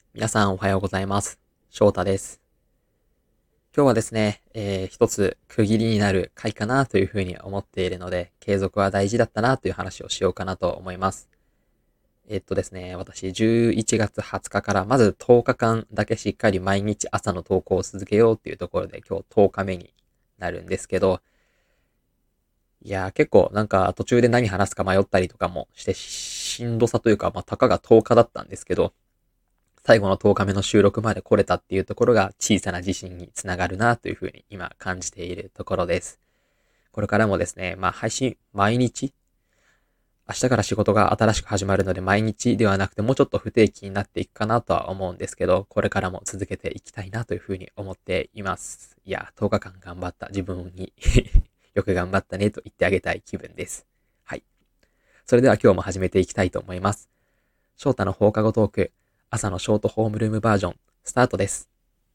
皆さんおはようございます。翔太です。今日はですね、一つ区切りになる回かなというふうに思っているので、継続は大事だったなという話をしようかなと思います。ですね、私11月20日かからまず10日間だけしっかり毎日朝の投稿を続けようっていうところで今日10日目になるんですけど、いやー結構なんか途中で何話すか迷ったりとかもしてしんどさというか、たかが10日だったんですけど、最後の10日目の収録まで来れたっていうところが小さな自信につながるなというふうに今感じているところです。これからもですね、配信毎日、明日から仕事が新しく始まるので毎日ではなくてもうちょっと不定期になっていくかなとは思うんですけど、これからも続けていきたいなというふうに思っています。いや、10日間頑張った自分によく頑張ったねと言ってあげたい気分です。はい。それでは今日も始めていきたいと思います。翔太の放課後トーク、朝のショートホームルームバージョン、スタートです。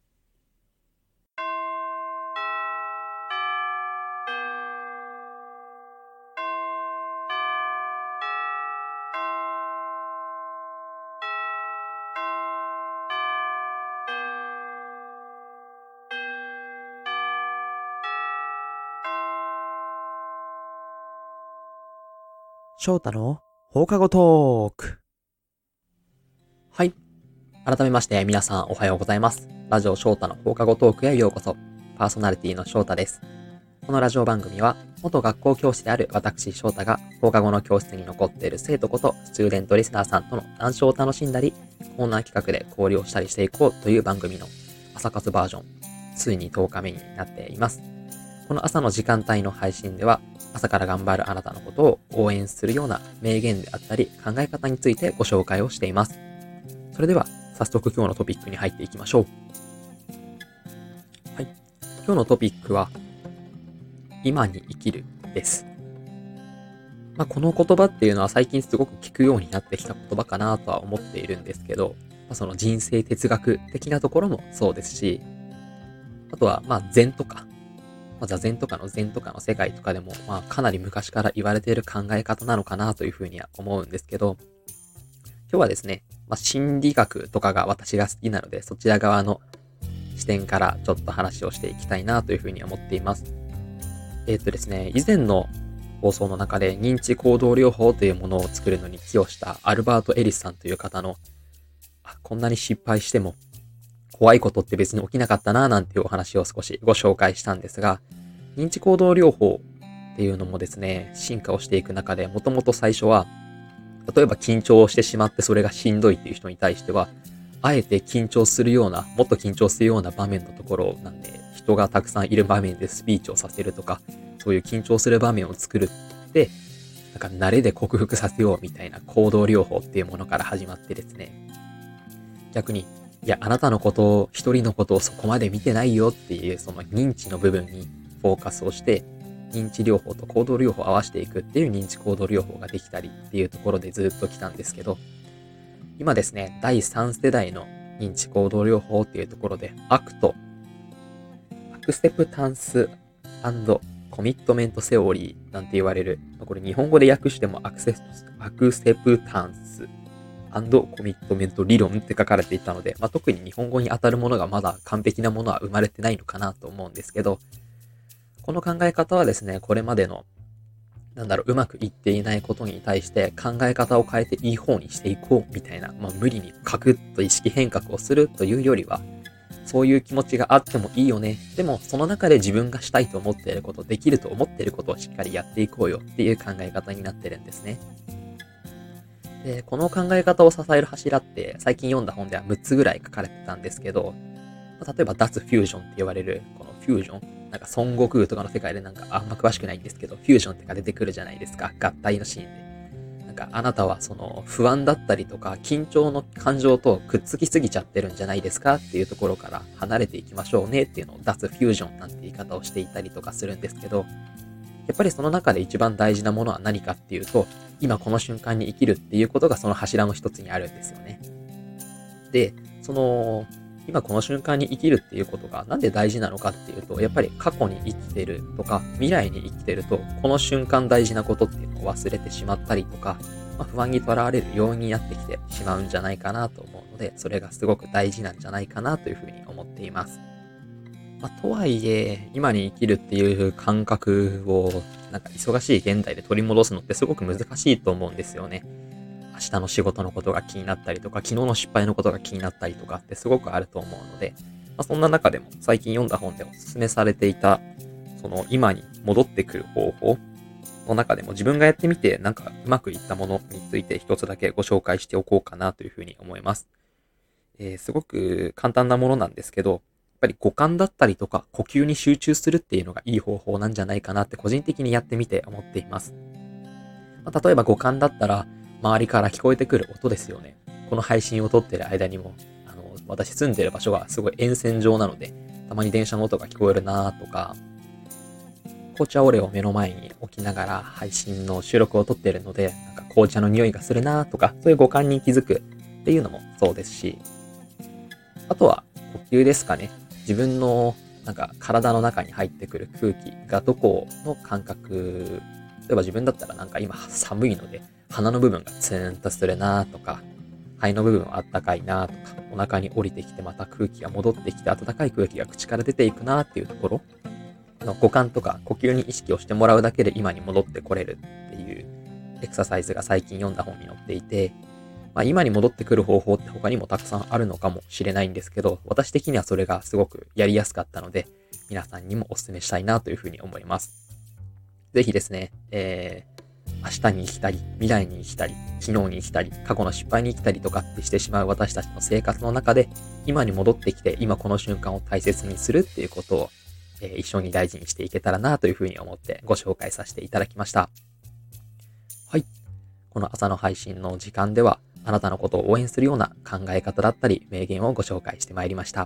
翔太の放課後トーク。はい。改めまして皆さんおはようございます。ラジオ翔太の放課後トークへようこそ。パーソナリティの翔太です。このラジオ番組は、元学校教師である私翔太が放課後の教室に残っている生徒ことスチューデントリスナーさんとの談笑を楽しんだり、コーナー企画で交流をしたりしていこうという番組の朝活バージョン、ついに10日目になっています。この朝の時間帯の配信では、朝から頑張るあなたのことを応援するような名言であったり考え方についてご紹介をしています。それでは、早速今日のトピックに入っていきましょう。はい。今日のトピックは、今に生きるです。この言葉っていうのは最近すごく聞くようになってきた言葉かなとは思っているんですけど、その人生哲学的なところもそうですし、あとは、禅とか、座禅とかの禅とかの世界とかでも、かなり昔から言われている考え方なのかなというふうには思うんですけど、今日はですね、心理学とかが私が好きなので、そちら側の視点からちょっと話をしていきたいなというふうに思っています。ですね、以前の放送の中で認知行動療法というものを作るのに寄与したアルバート・エリスさんという方の、こんなに失敗しても怖いことって別に起きなかったななんていうお話を少しご紹介したんですが、認知行動療法っていうのもですね、進化をしていく中で、もともと最初は、例えば緊張してしまってそれがしんどいっていう人に対しては、あえて緊張するような、もっと緊張するような場面のところなんで、人がたくさんいる場面でスピーチをさせるとか、そういう緊張する場面を作るって、慣れで克服させようみたいな行動療法っていうものから始まってですね、逆に、いや、あなたのことを、一人のことをそこまで見てないよっていう、その認知の部分にフォーカスをして、認知療法と行動療法を合わせていくっていう認知行動療法ができたりっていうところでずっと来たんですけど、今ですね、第3世代の認知行動療法っていうところで、アクセプタンスコミットメントセオリーなんて言われる、これ日本語で訳してもアクセプタンスコミットメント理論って書かれていたので、特に日本語に当たるものがまだ完璧なものは生まれてないのかなと思うんですけど、この考え方はですね、これまでの、うまくいっていないことに対して考え方を変えていい方にしていこうみたいな、無理にカクッと意識変革をするというよりは、そういう気持ちがあってもいいよね。でも、その中で自分がしたいと思っていること、できると思っていることをしっかりやっていこうよっていう考え方になってるんですね。で、この考え方を支える柱って最近読んだ本では6つぐらい書かれてたんですけど、例えば脱フュージョンって言われる、このフュージョン、孫悟空とかの世界であんま詳しくないんですけど、フュージョンってか出てくるじゃないですか、合体のシーンで。あなたはその不安だったりとか緊張の感情とくっつきすぎちゃってるんじゃないですかっていうところから離れていきましょうねっていうのを脱フュージョンなんて言い方をしていたりとかするんですけど、やっぱりその中で一番大事なものは何かっていうと、今この瞬間に生きるっていうことがその柱の一つにあるんですよね。で、今この瞬間に生きるっていうことがなんで大事なのかっていうと、やっぱり過去に生きてるとか、未来に生きてると、この瞬間大事なことっていうのを忘れてしまったりとか、 不安にとらわれる要因になってきてしまうんじゃないかなと思うので、それがすごく大事なんじゃないかなというふうに思っています。とはいえ、今に生きるっていう感覚を、なんか忙しい現代で取り戻すのってすごく難しいと思うんですよね。明日の仕事のことが気になったりとか、昨日の失敗のことが気になったりとかってすごくあると思うので、そんな中でも最近読んだ本でお勧めされていた、その今に戻ってくる方法の中でも自分がやってみてなんかうまくいったものについて一つだけご紹介しておこうかなというふうに思います。すごく簡単なものなんですけど、やっぱり五感だったりとか呼吸に集中するっていうのがいい方法なんじゃないかなって個人的にやってみて思っています。例えば五感だったら周りから聞こえてくる音ですよね。この配信を撮ってる間にも、私住んでる場所がすごい沿線上なので、たまに電車の音が聞こえるなとか、紅茶オレを目の前に置きながら配信の収録を撮ってるので、なんか紅茶の匂いがするなとか、そういう五感に気づくっていうのもそうですし、あとは呼吸ですかね。自分のなんか体の中に入ってくる空気がどこの感覚、例えば自分だったらなんか今寒いので鼻の部分がツーンとするなとか、肺の部分はあったかいなとか、お腹に降りてきてまた空気が戻ってきて暖かい空気が口から出ていくなっていうところの五感とか呼吸に意識をしてもらうだけで今に戻ってこれるっていうエクササイズが最近読んだ本に載っていて、今に戻ってくる方法って他にもたくさんあるのかもしれないんですけど、私的にはそれがすごくやりやすかったので、皆さんにもお勧めしたいなというふうに思います。ぜひですね、明日に生きたり、未来に生きたり、昨日に生きたり、過去の失敗に生きたりとかってしてしまう私たちの生活の中で、今に戻ってきて、今この瞬間を大切にするっていうことを、一緒に大事にしていけたらなというふうに思ってご紹介させていただきました。はい。この朝の配信の時間では、あなたのことを応援するような考え方だったり、名言をご紹介してまいりました。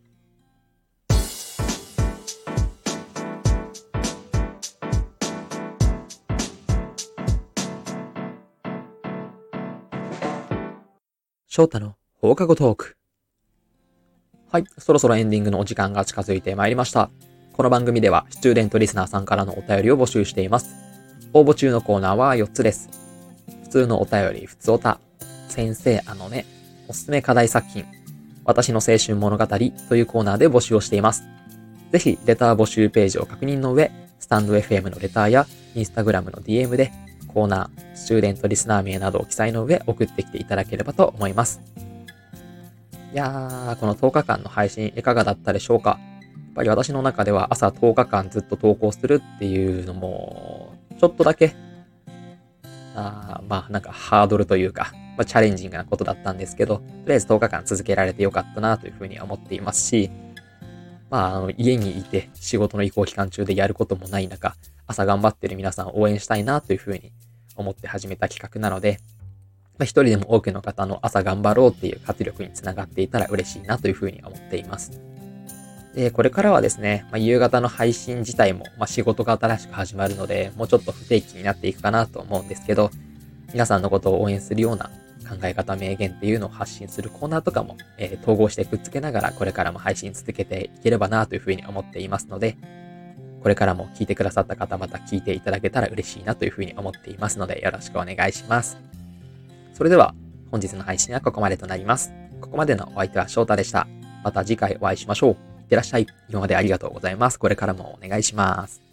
翔太の放課後トーク。はい、そろそろエンディングのお時間が近づいてまいりました。この番組では、スチューデントリスナーさんからのお便りを募集しています。応募中のコーナーは4つです。普通のお便り、ふつおた、先生ね、おすすめ課題作品、私の青春物語というコーナーで募集をしています。ぜひ、レター募集ページを確認の上、スタンド FM のレターや、インスタグラムの DM で、コーナー、スチューデントリスナー名などを記載の上、送ってきていただければと思います。いやー、この10日間の配信いかがだったでしょうか。やっぱり私の中では朝10日間ずっと投稿するっていうのも、ちょっとだけ、なんかハードルというか、チャレンジングなことだったんですけど、とりあえず10日間続けられてよかったなというふうに思っていますし、家にいて仕事の移行期間中でやることもない中、朝頑張ってる皆さんを応援したいなというふうに思って始めた企画なので、一人でも多くの方の朝頑張ろうっていう活力につながっていたら嬉しいなというふうに思っています。で、これからはですね、夕方の配信自体も、仕事が新しく始まるので、もうちょっと不定期になっていくかなと思うんですけど、皆さんのことを応援するような考え方、名言っていうのを発信するコーナーとかも、統合してくっつけながら、これからも配信続けていければなというふうに思っていますので、これからも聞いてくださった方、また聞いていただけたら嬉しいなというふうに思っていますので、よろしくお願いします。それでは、本日の配信はここまでとなります。ここまでのお相手は翔太でした。また次回お会いしましょう。いってらっしゃい。今までありがとうございます。これからもお願いします。